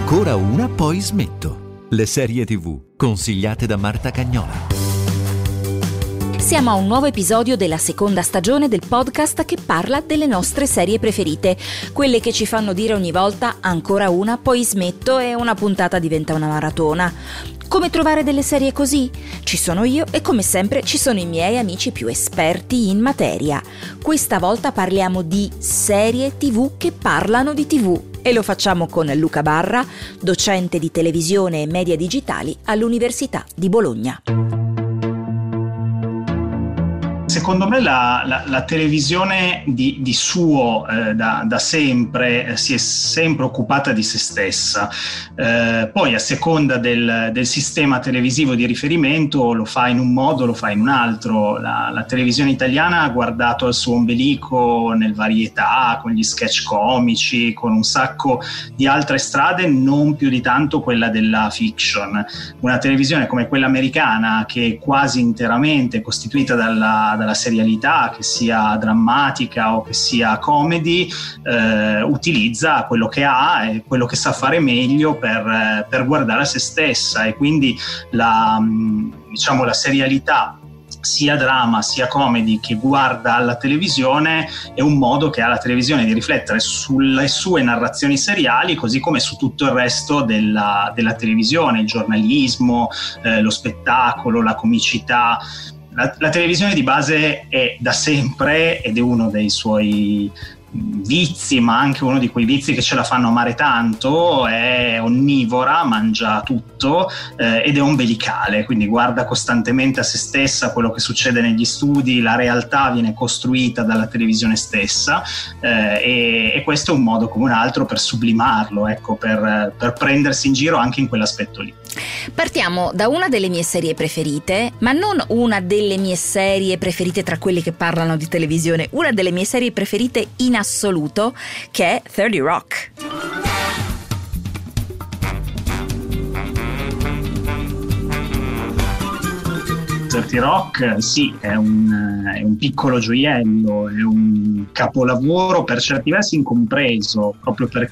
Ancora una, poi smetto. Le serie TV consigliate da Marta Cagnola. Siamo a un nuovo episodio della seconda stagione del podcast che parla delle nostre serie preferite, quelle che ci fanno dire ogni volta ancora una, poi smetto e una puntata diventa una maratona. Come trovare delle serie così? Ci sono io e come sempre ci sono i miei amici più esperti in materia. Questa volta parliamo di serie TV che parlano di TV e lo facciamo con Luca Barra, docente di televisione e media digitali all'Università di Bologna. Secondo me la televisione di suo da sempre si è sempre occupata di se stessa, poi a seconda del sistema televisivo di riferimento lo fa in un modo, lo fa in un altro. La televisione italiana ha guardato al suo ombelico nel varietà, con gli sketch comici, con un sacco di altre strade, non più di tanto quella della fiction. Una televisione come quella americana, che è quasi interamente costituita dalla serialità, che sia drammatica o che sia comedy, utilizza quello che ha e quello che sa fare meglio per guardare a se stessa, e quindi la serialità, sia drama sia comedy, che guarda alla televisione è un modo che ha la televisione di riflettere sulle sue narrazioni seriali, così come su tutto il resto della televisione, il giornalismo, lo spettacolo, la comicità. La televisione di base è da sempre, ed è uno dei suoi vizi, ma anche uno di quei vizi che ce la fanno amare tanto, è onnivora, mangia tutto, ed è ombelicale, quindi guarda costantemente a se stessa, quello che succede negli studi, la realtà viene costruita dalla televisione stessa, e questo è un modo come un altro per sublimarlo, ecco, per prendersi in giro anche in quell'aspetto lì. Partiamo da una delle mie serie preferite, ma non una delle mie serie preferite tra quelle che parlano di televisione, una delle mie serie preferite in assoluto, che è 30 Rock. Rock, sì, è un piccolo gioiello, è un capolavoro per certi versi incompreso, proprio perché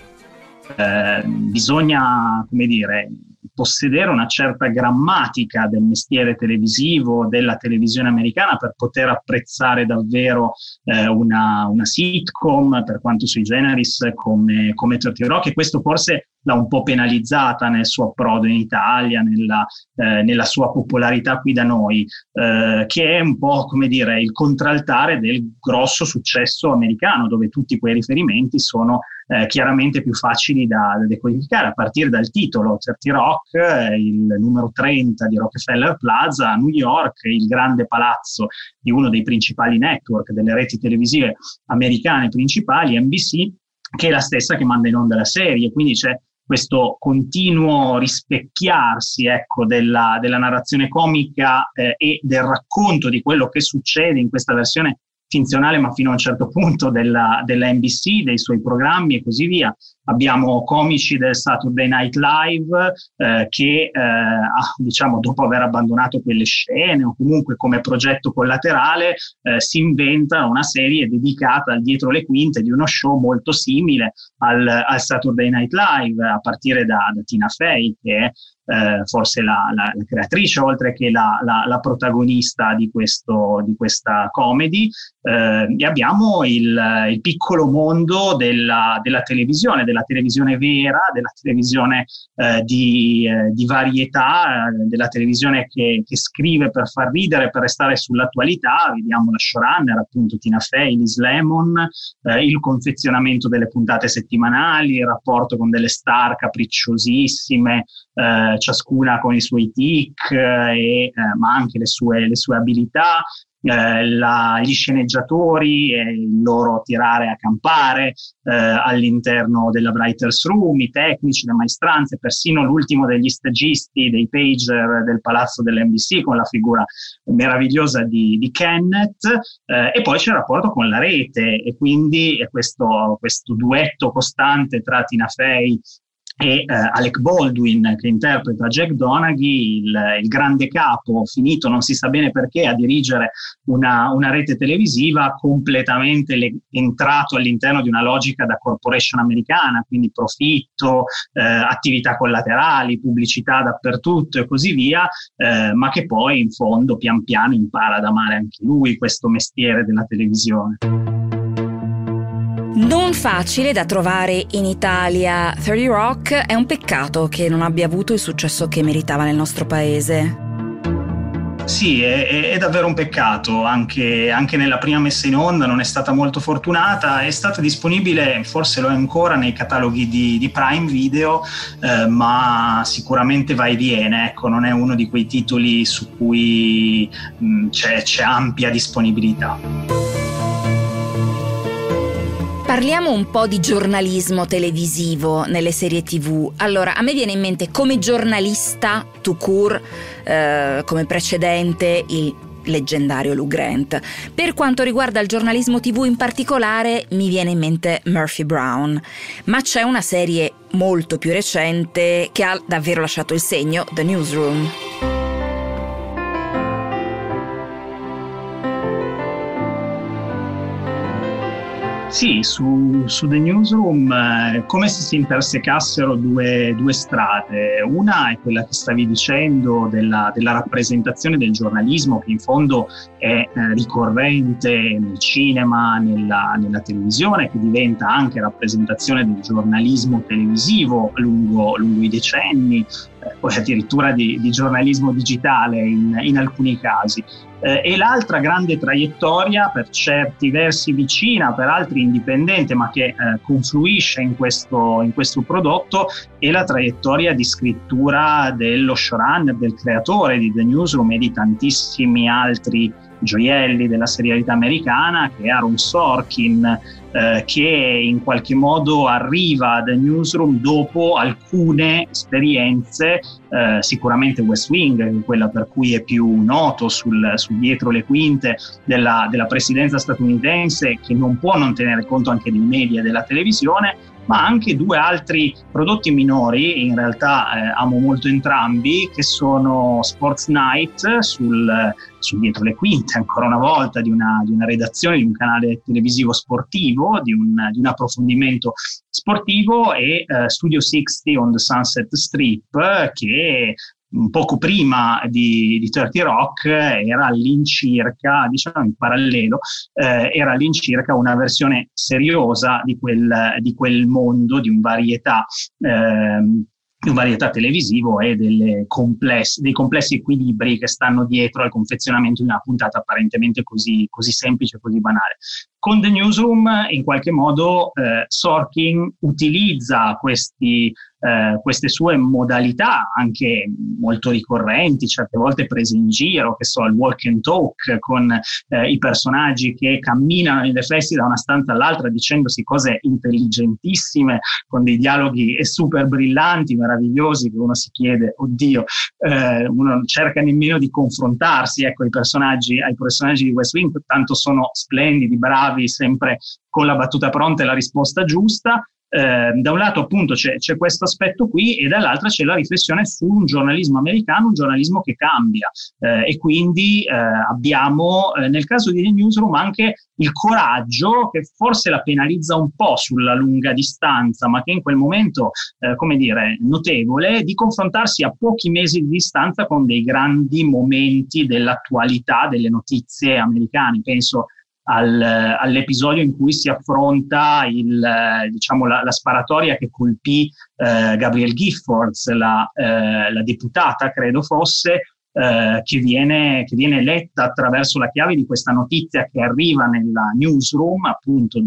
bisogna, come dire, possedere una certa grammatica del mestiere televisivo, della televisione americana, per poter apprezzare davvero una sitcom, per quanto sui generis come 30 Rock, e questo forse l'ha un po' penalizzata nel suo approdo in Italia, nella sua popolarità qui da noi, che è un po', come dire, il contraltare del grosso successo americano, dove tutti quei riferimenti sono chiaramente più facili da decodificare, a partire dal titolo 30 Rock, il numero 30 di Rockefeller Plaza a New York, il grande palazzo di uno dei principali network delle reti televisive americane principali, NBC, che è la stessa che manda in onda la serie, quindi c'è questo continuo rispecchiarsi, ecco, della narrazione comica e del racconto di quello che succede in questa versione finzionale, ma fino a un certo punto, della NBC, dei suoi programmi e così via. Abbiamo comici del Saturday Night Live che diciamo, dopo aver abbandonato quelle scene, o comunque come progetto collaterale, si inventano una serie dedicata al dietro le quinte di uno show molto simile al Saturday Night Live, a partire da Tina Fey, che è forse la creatrice, oltre che la protagonista di questa comedy, e abbiamo il piccolo mondo della televisione vera, della televisione di varietà, della televisione che scrive per far ridere, per restare sull'attualità. Vediamo la showrunner, appunto Tina Fey, Liz Lemon, il confezionamento delle puntate settimanali, il rapporto con delle star capricciosissime, ciascuna con i suoi tic, ma anche le sue abilità, gli sceneggiatori e il loro tirare a campare all'interno della writers room, i tecnici, le maestranze, persino l'ultimo degli stagisti dei pager del palazzo dell'NBC, con la figura meravigliosa di Kenneth, e poi c'è il rapporto con la rete, e quindi questo duetto costante tra Tina Fey e Alec Baldwin, che interpreta Jack Donaghy, il grande capo, finito non si sa bene perché a dirigere una rete televisiva completamente entrato all'interno di una logica da corporation americana, quindi profitto, attività collaterali, pubblicità dappertutto e così via, ma che poi in fondo pian piano impara ad amare anche lui questo mestiere della televisione. Non facile da trovare in Italia. 30 Rock è un peccato che non abbia avuto il successo che meritava nel nostro paese. Sì, è davvero un peccato, anche nella prima messa in onda non è stata molto fortunata, è stata disponibile, forse lo è ancora, nei cataloghi di Prime Video, ma sicuramente va e viene, ecco, non è uno di quei titoli su cui c'è ampia disponibilità. Parliamo un po' di giornalismo televisivo nelle serie TV. Allora, a me viene in mente come giornalista tout court, come precedente il leggendario Lou Grant. Per quanto riguarda il giornalismo TV in particolare, mi viene in mente Murphy Brown. Ma c'è una serie molto più recente che ha davvero lasciato il segno, The Newsroom. Sì, su The Newsroom come se si intersecassero due strade. Una è quella che stavi dicendo della rappresentazione del giornalismo, che in fondo è ricorrente nel cinema, nella televisione, che diventa anche rappresentazione del giornalismo televisivo lungo i decenni, poi addirittura di giornalismo digitale in alcuni casi. E l'altra grande traiettoria, per certi versi vicina, per altri indipendente, ma che confluisce in questo prodotto, è la traiettoria di scrittura dello showrunner, del creatore di The Newsroom e di tantissimi altri gioielli della serialità americana, che è Aaron Sorkin, che in qualche modo arriva a The Newsroom dopo alcune esperienze, sicuramente West Wing, quella per cui è più noto sul dietro le quinte della presidenza statunitense, che non può non tenere conto anche dei media e della televisione, ma anche due altri prodotti minori, in realtà amo molto entrambi, che sono Sports Night sul dietro le quinte, ancora una volta, di una redazione di un canale televisivo sportivo, di un approfondimento sportivo, e Studio 60 on the Sunset Strip, che un poco prima di 30 Rock era all'incirca, diciamo in parallelo, era all'incirca una versione seriosa di quel mondo, di un varietà televisivo e dei complessi equilibri che stanno dietro al confezionamento di una puntata apparentemente così semplice, così banale. Con The Newsroom, in qualche modo, Sorkin utilizza queste sue modalità, anche molto ricorrenti, certe volte prese in giro, che so, il walk and talk, con i personaggi che camminano in riflessi da una stanza all'altra dicendosi cose intelligentissime, con dei dialoghi super brillanti, meravigliosi, che uno si chiede, oddio, uno non cerca nemmeno di confrontarsi, ecco, ai personaggi di West Wing, tanto sono splendidi, bravi, sempre con la battuta pronta e la risposta giusta. Da un lato appunto c'è questo aspetto qui, e dall'altra c'è la riflessione su un giornalismo americano, un giornalismo che cambia, e quindi abbiamo nel caso di The Newsroom anche il coraggio, che forse la penalizza un po' sulla lunga distanza, ma che in quel momento notevole, di confrontarsi a pochi mesi di distanza con dei grandi momenti dell'attualità delle notizie americane. Penso all'episodio in cui si affronta la sparatoria che colpì Gabrielle Giffords, la deputata, credo fosse, che viene letta attraverso la chiave di questa notizia che arriva nella newsroom, appunto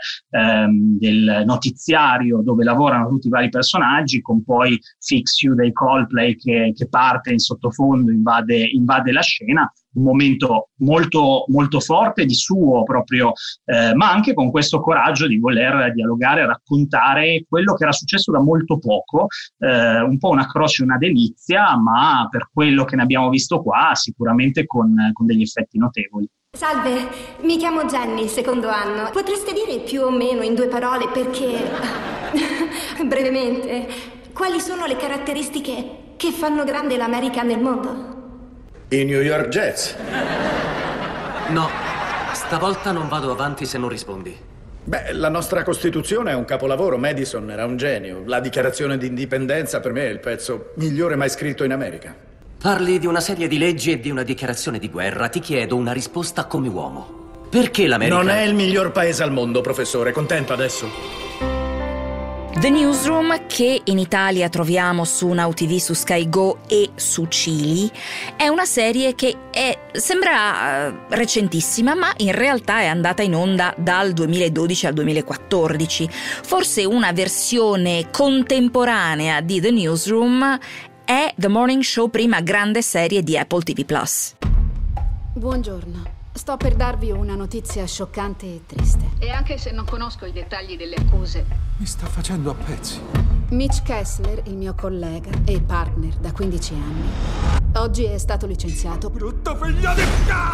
del notiziario dove lavorano tutti i vari personaggi, con poi Fix You dei Coldplay che parte in sottofondo, invade la scena. Un momento molto, molto forte di suo proprio, ma anche con questo coraggio di voler dialogare, raccontare quello che era successo da molto poco, un po' una croce, una delizia, ma per quello che ne abbiamo visto qua sicuramente con degli effetti notevoli. Salve, mi chiamo Jenny, secondo anno. Potreste dire più o meno in 2 parole perché... brevemente... quali sono le caratteristiche che fanno grande l'America nel mondo? I New York Jets. No, stavolta non vado avanti se non rispondi. Beh, la nostra Costituzione è un capolavoro. Madison era un genio. La Dichiarazione di Indipendenza per me è il pezzo migliore mai scritto in America. Parli di una serie di leggi e di una dichiarazione di guerra. Ti chiedo una risposta come uomo. Perché l'America... Non è il miglior paese al mondo, professore. Contento adesso? The Newsroom, che in Italia troviamo su Now TV, su Sky Go e su Cili, è una serie che sembra recentissima, ma in realtà è andata in onda dal 2012 al 2014. Forse una versione contemporanea di The Newsroom è The Morning Show, prima grande serie di Apple TV+. Buongiorno. Sto per darvi una notizia scioccante e triste. E anche se non conosco i dettagli delle accuse... Mi sta facendo a pezzi. Mitch Kessler, il mio collega e partner da 15 anni, oggi è stato licenziato. Brutto figlio di...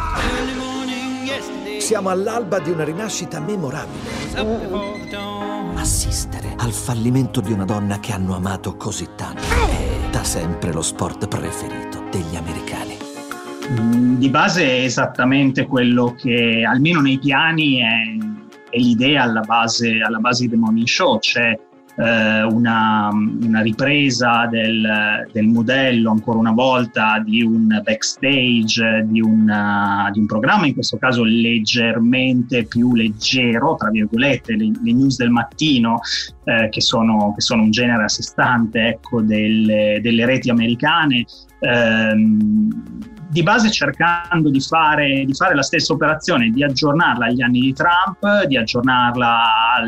Siamo all'alba di una rinascita memorabile. Assistere al fallimento di una donna che hanno amato così tanto è da sempre lo sport preferito degli americani. Di base è esattamente quello che, almeno nei piani, è l'idea alla base di The Morning Show. C'è una ripresa del modello, ancora una volta, di un backstage, di un programma, in questo caso leggermente più leggero, tra virgolette, le news del mattino, che sono un genere a sé stante, ecco, delle reti americane, di base cercando di fare la stessa operazione, di aggiornarla agli anni di Trump, di aggiornarla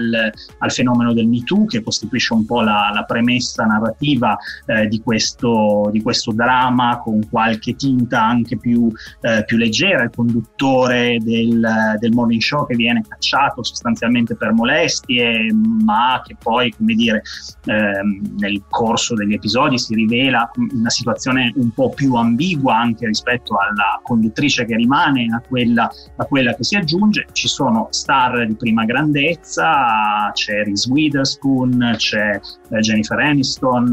al fenomeno del Me Too, che costituisce un po' la premessa narrativa di questo dramma, con qualche tinta anche più leggera. Il conduttore del morning show che viene cacciato sostanzialmente per molestie, ma che poi, come dire, nel corso degli episodi si rivela una situazione un po' più ambigua anche rispetto alla conduttrice che rimane, a quella che si aggiunge. Ci sono star di prima grandezza, c'è Reese Witherspoon, c'è Jennifer Aniston,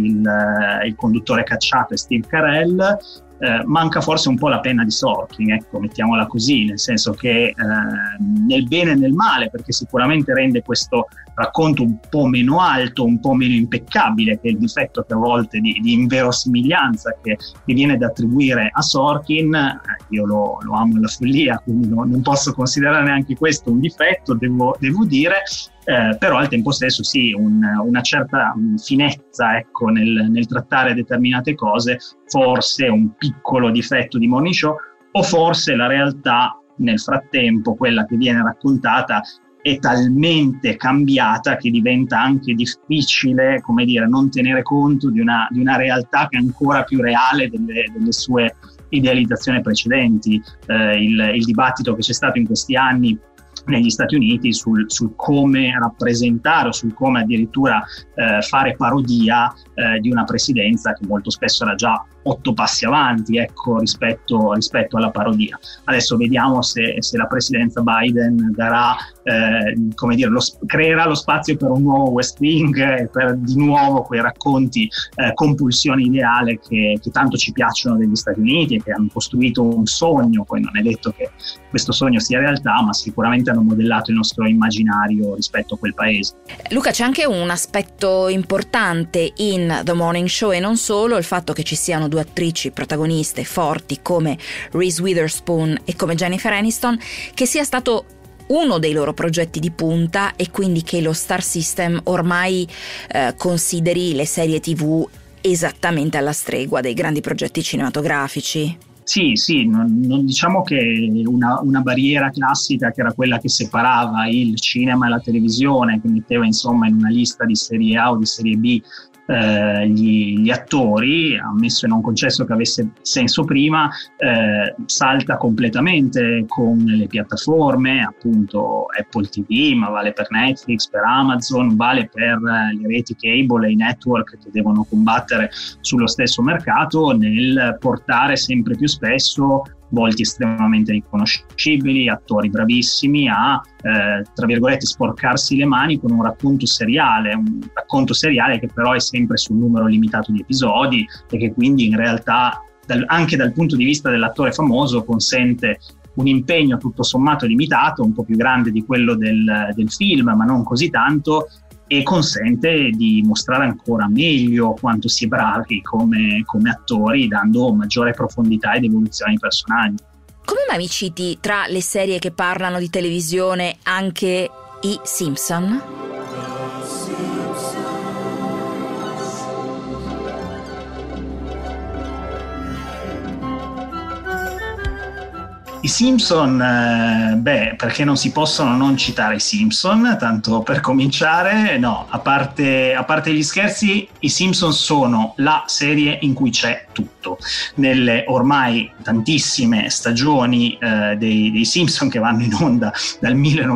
il conduttore cacciato è Steve Carell. Manca forse un po' la penna di Sorkin, ecco, mettiamola così, nel senso che nel bene e nel male, perché sicuramente rende questo racconto un po' meno alto, un po' meno impeccabile, che è il difetto che a volte di inverosimiglianza che viene da attribuire a Sorkin. Io lo amo alla follia, quindi non posso considerare neanche questo un difetto, devo dire. Però al tempo stesso sì, una certa finezza, ecco, nel trattare determinate cose, forse un piccolo difetto di Morning Show, o forse la realtà nel frattempo, quella che viene raccontata, è talmente cambiata che diventa anche difficile, come dire, non tenere conto di una realtà che è ancora più reale delle sue idealizzazioni precedenti. Il dibattito che c'è stato in questi anni negli Stati Uniti sul come rappresentare o sul come addirittura fare parodia di una presidenza che molto spesso era già 8 passi avanti, ecco, rispetto alla parodia. Adesso vediamo se la presidenza Biden darà, come dire, creerà lo spazio per un nuovo West Wing, per di nuovo quei racconti compulsione ideale che tanto ci piacciono degli Stati Uniti e che hanno costruito un sogno. Poi non è detto che questo sogno sia realtà, ma sicuramente hanno modellato il nostro immaginario rispetto a quel paese. Luca, c'è anche un aspetto importante in The Morning Show, e non solo il fatto che ci siano 2 attrici protagoniste forti come Reese Witherspoon e come Jennifer Aniston, che sia stato uno dei loro progetti di punta, e quindi che lo Star System ormai consideri le serie TV esattamente alla stregua dei grandi progetti cinematografici. Sì, non diciamo che una barriera classica, che era quella che separava il cinema e la televisione, che metteva insomma in una lista di serie A o di serie B gli attori, ammesso e non concesso che avesse senso prima, salta completamente con le piattaforme, appunto Apple TV, ma vale per Netflix, per Amazon, vale per le reti cable e i network che devono combattere sullo stesso mercato, nel portare sempre più spesso volti estremamente riconoscibili, attori bravissimi, a tra virgolette sporcarsi le mani con un racconto seriale che però è sempre su un numero limitato di episodi e che quindi in realtà anche dal punto di vista dell'attore famoso consente un impegno tutto sommato limitato, un po' più grande di quello del film, ma non così tanto, e consente di mostrare ancora meglio quanto si è bravi come attori, dando maggiore profondità ed evoluzione ai personaggi. Come mai mi citi tra le serie che parlano di televisione anche i Simpson? I Simpson, perché non si possono non citare i Simpson, tanto per cominciare. No, a parte gli scherzi, i Simpson sono la serie in cui c'è tutto. Nelle ormai tantissime stagioni dei Simpson, che vanno in onda dal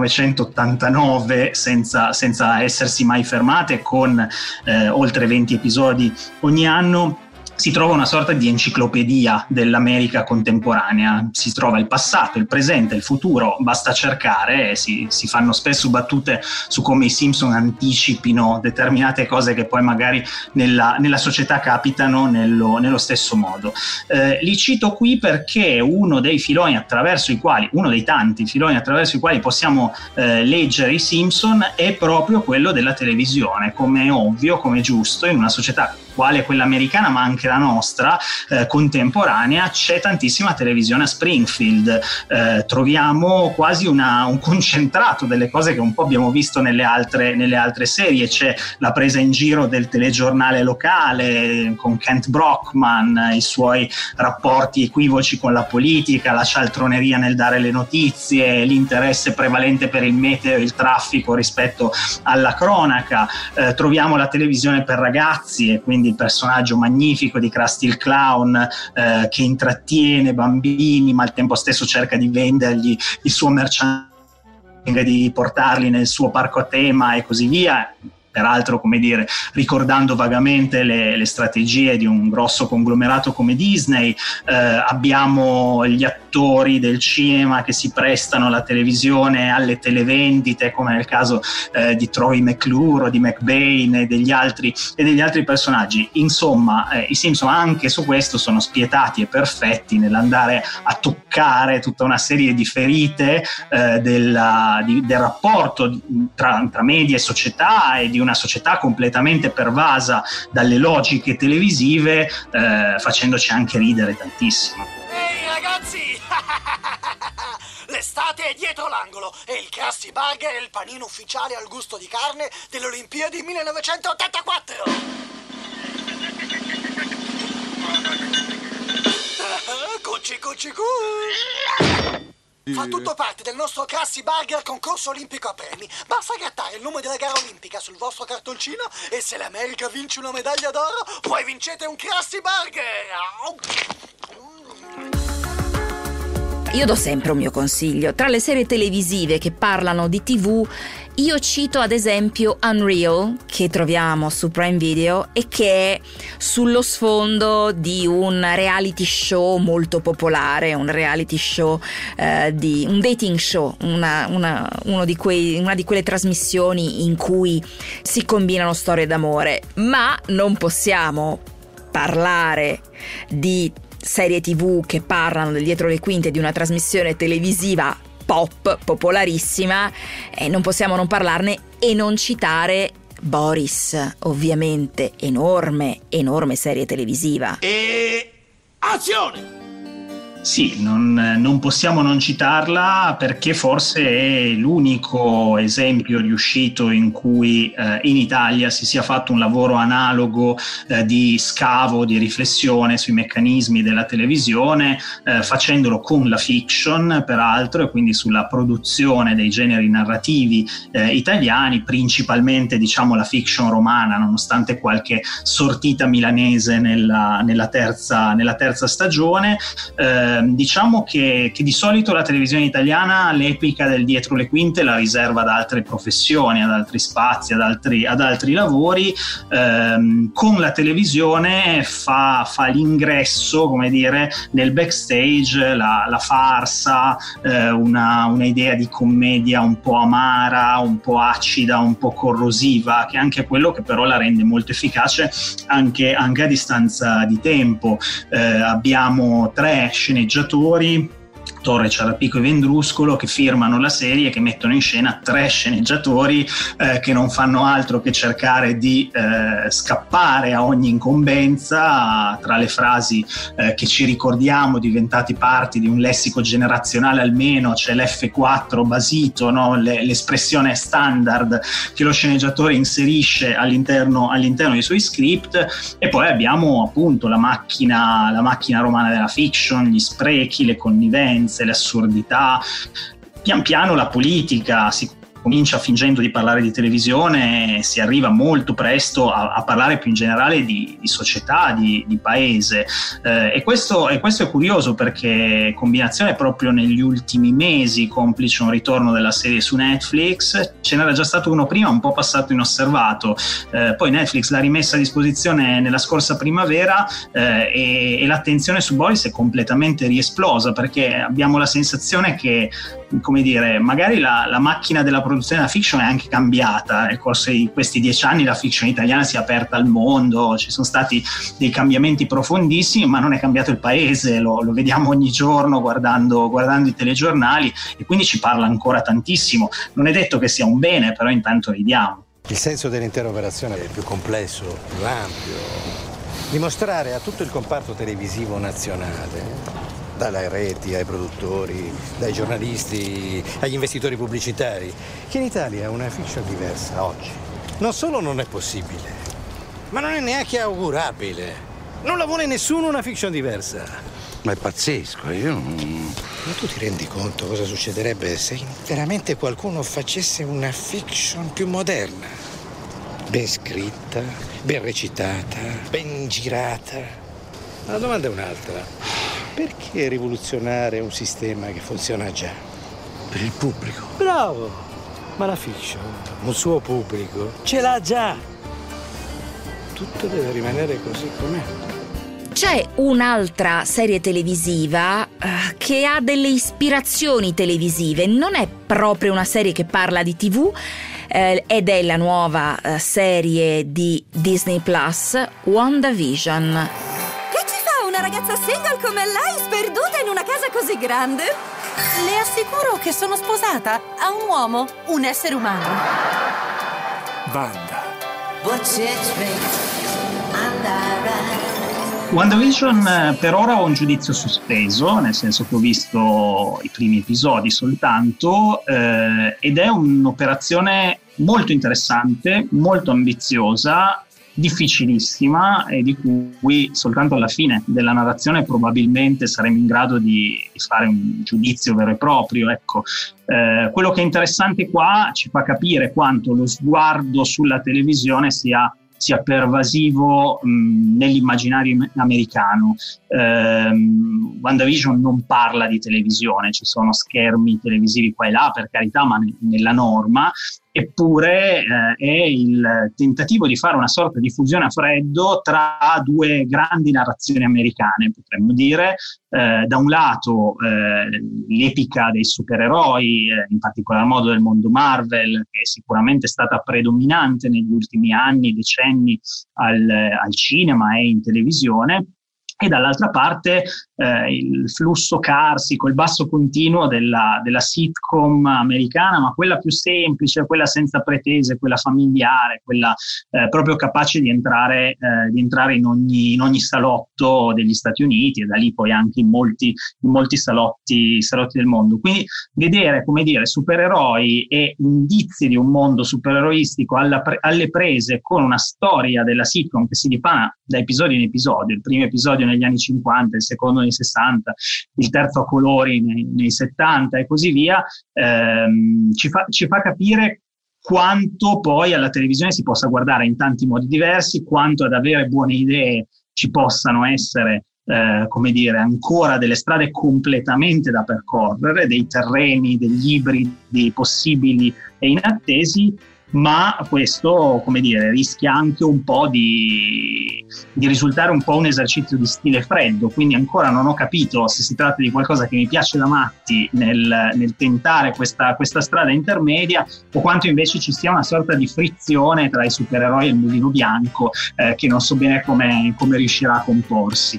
1989 senza essersi mai fermate, con oltre 20 episodi ogni anno, si trova una sorta di enciclopedia dell'America contemporanea. Si trova il passato, il presente, il futuro, basta cercare, e si fanno spesso battute su come i Simpson anticipino determinate cose che poi magari nella società capitano nello stesso modo. Li cito qui perché uno dei tanti filoni attraverso i quali possiamo leggere i Simpson è proprio quello della televisione, come è ovvio, come è giusto, in una società quale quella americana, ma anche la nostra contemporanea. C'è tantissima televisione a Springfield, troviamo quasi un concentrato delle cose che un po' abbiamo visto nelle altre serie. C'è la presa in giro del telegiornale locale con Kent Brockman, i suoi rapporti equivoci con la politica, la cialtroneria nel dare le notizie, l'interesse prevalente per il meteo e il traffico rispetto alla cronaca. Troviamo la televisione per ragazzi, e quindi il personaggio magnifico di Krusty il Clown, che intrattiene bambini ma al tempo stesso cerca di vendergli il suo merchandising, di portarli nel suo parco a tema e così via. Peraltro, come dire, ricordando vagamente le strategie di un grosso conglomerato come Disney. Abbiamo gli attori del cinema che si prestano alla televisione, alle televendite, come nel caso di Troy McClure o di McBain e degli altri personaggi. Insomma, i Simpson anche su questo sono spietati e perfetti nell'andare a toccare tutta una serie di ferite del rapporto tra media e società, e di una società completamente pervasa dalle logiche televisive, facendoci anche ridere tantissimo. Ehi ragazzi! L'estate è dietro l'angolo e il Krusty Burger è il panino ufficiale al gusto di carne delle Olimpiadi 1984! Cucci! Fa tutto parte del nostro Krusty Burger concorso olimpico a premi. Basta grattare il nome della gara olimpica sul vostro cartoncino e se l'America vince una medaglia d'oro, poi vincete un Krusty Burger. Io do sempre un mio consiglio. Tra le serie televisive che parlano di TV, io cito ad esempio Unreal, che troviamo su Prime Video e che è sullo sfondo di un reality show molto popolare, un reality show di un dating show, una di quelle trasmissioni in cui si combinano storie d'amore. Ma non possiamo parlare di serie TV che parlano del dietro le quinte di una trasmissione televisiva pop popolarissima, e non possiamo non parlarne e non citare Boris, ovviamente enorme serie televisiva. E azione! Sì, non possiamo non citarla perché forse è l'unico esempio riuscito in cui in Italia si sia fatto un lavoro analogo di scavo, di riflessione sui meccanismi della televisione, facendolo con la fiction peraltro, e quindi sulla produzione dei generi narrativi italiani, principalmente diciamo la fiction romana, nonostante qualche sortita milanese nella terza stagione. Diciamo che di solito la televisione italiana l'epica del dietro le quinte la riserva ad altre professioni, ad altri spazi, ad altri lavori. Con la televisione fa l'ingresso, come dire, nel backstage, la farsa, una idea di commedia un po' amara, un po' acida, un po' corrosiva, che è anche quello che però la rende molto efficace anche a distanza di tempo. Abbiamo 3 sceneggiatori, Torre, Ciarrapico e Vendruscolo, che firmano la serie e che mettono in scena 3 sceneggiatori che non fanno altro che cercare di scappare a ogni incombenza. Tra le frasi che ci ricordiamo, diventati parti di un lessico generazionale almeno, c'è l'F4 basito, no? L'espressione standard che lo sceneggiatore inserisce all'interno dei suoi script. E poi abbiamo appunto la macchina romana della fiction, gli sprechi, le connivenze, le assurdità. Pian piano la politica si comincia fingendo di parlare di televisione, si arriva molto presto a parlare più in generale di società, di paese, e questo è curioso, perché combinazione proprio negli ultimi mesi, complice un ritorno della serie su Netflix. Ce n'era già stato uno prima, un po' passato inosservato, poi Netflix l'ha rimessa a disposizione nella scorsa primavera, e l'attenzione su Boris è completamente riesplosa, perché abbiamo la sensazione che, come dire, magari la macchina della produzione della fiction è anche cambiata. Nel corso di questi 10 anni la fiction italiana si è aperta al mondo, ci sono stati dei cambiamenti profondissimi, ma non è cambiato il paese, lo vediamo ogni giorno guardando i telegiornali, e quindi ci parla ancora tantissimo. Non è detto che sia un bene, però intanto ridiamo. Il senso dell'intera operazione è più complesso, più ampio. Dimostrare a tutto il comparto televisivo nazionale, dalle reti ai produttori, dai giornalisti agli investitori pubblicitari, che in Italia una fiction diversa oggi non solo non è possibile, ma non è neanche augurabile. Non la vuole nessuno una fiction diversa. Ma è pazzesco, Ma tu ti rendi conto cosa succederebbe se veramente qualcuno facesse una fiction più moderna? Ben scritta, ben recitata, ben girata. La domanda è un'altra. Perché rivoluzionare un sistema che funziona già? Per il pubblico. Bravo! Ma la fiction, un suo pubblico, ce l'ha già. Tutto deve rimanere così com'è. C'è un'altra serie televisiva che ha delle ispirazioni televisive. Non è proprio una serie che parla di TV, ed è la nuova serie di Disney Plus, WandaVision. Una ragazza single come lei, sperduta in una casa così grande? Le assicuro che sono sposata a un uomo, un essere umano. Wanda. WandaVision per ora ho un giudizio sospeso, nel senso che ho visto i primi episodi soltanto, ed è un'operazione molto interessante, molto ambiziosa, difficilissima, e di cui soltanto alla fine della narrazione probabilmente saremo in grado di fare un giudizio vero e proprio. Ecco, quello che è interessante qua, ci fa capire quanto lo sguardo sulla televisione sia pervasivo nell'immaginario americano. WandaVision non parla di televisione, ci sono schermi televisivi qua e là, per carità, ma nella norma. Eppure è il tentativo di fare una sorta di fusione a freddo tra 2 grandi narrazioni americane, potremmo dire. Da un lato l'epica dei supereroi, in particolar modo del mondo Marvel, che è sicuramente stata predominante negli ultimi anni, decenni al cinema e in televisione, e dall'altra parte il flusso carsico, il basso continuo della sitcom americana, ma quella più semplice, quella senza pretese, quella familiare, quella proprio capace di entrare in ogni salotto degli Stati Uniti, e da lì poi anche in molti salotti del mondo. Quindi vedere, come dire, supereroi e indizi di un mondo supereroistico alle prese con una storia della sitcom che si dipana da episodio in episodio, il primo episodio negli anni 50, il secondo nei 60, il terzo a colori nei 70 e così via, ci fa capire quanto poi alla televisione si possa guardare in tanti modi diversi, quanto ad avere buone idee ci possano essere come dire, ancora delle strade completamente da percorrere, dei terreni, degli ibridi possibili e inattesi, ma questo, come dire, rischia anche un po' di risultare un po' un esercizio di stile freddo, quindi ancora non ho capito se si tratta di qualcosa che mi piace da matti nel tentare questa strada intermedia, o quanto invece ci sia una sorta di frizione tra i supereroi e il Mulino Bianco, che non so bene come riuscirà a comporsi.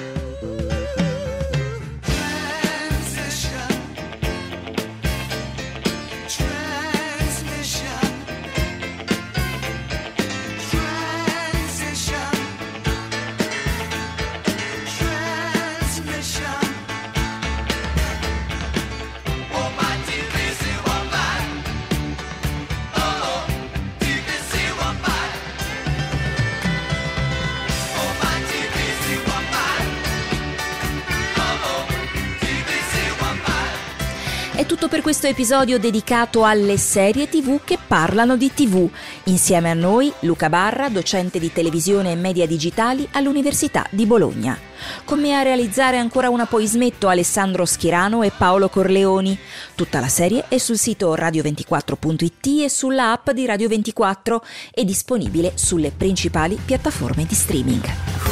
È tutto per questo episodio dedicato alle serie TV che parlano di TV. Insieme a noi Luca Barra, docente di televisione e media digitali all'Università di Bologna. Con me a realizzare ancora una Poi smetto Alessandro Schirano e Paolo Corleoni. Tutta la serie è sul sito radio24.it e sulla app di Radio 24, è disponibile sulle principali piattaforme di streaming.